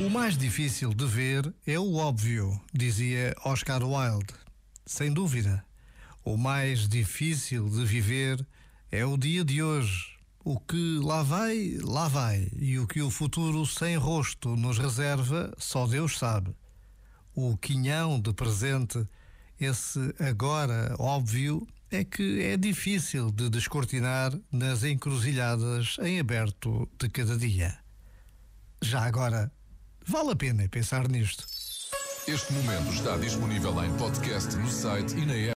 O mais difícil de ver é o óbvio, dizia Oscar Wilde. Sem dúvida. O mais difícil de viver é o dia de hoje. O que lá vai, lá vai. E o que o futuro sem rosto nos reserva, só Deus sabe. O quinhão de presente, esse agora óbvio, é que é difícil de descortinar nas encruzilhadas em aberto de cada dia. Já agora, vale a pena pensar nisto. Este momento está disponível em podcast no site e na app.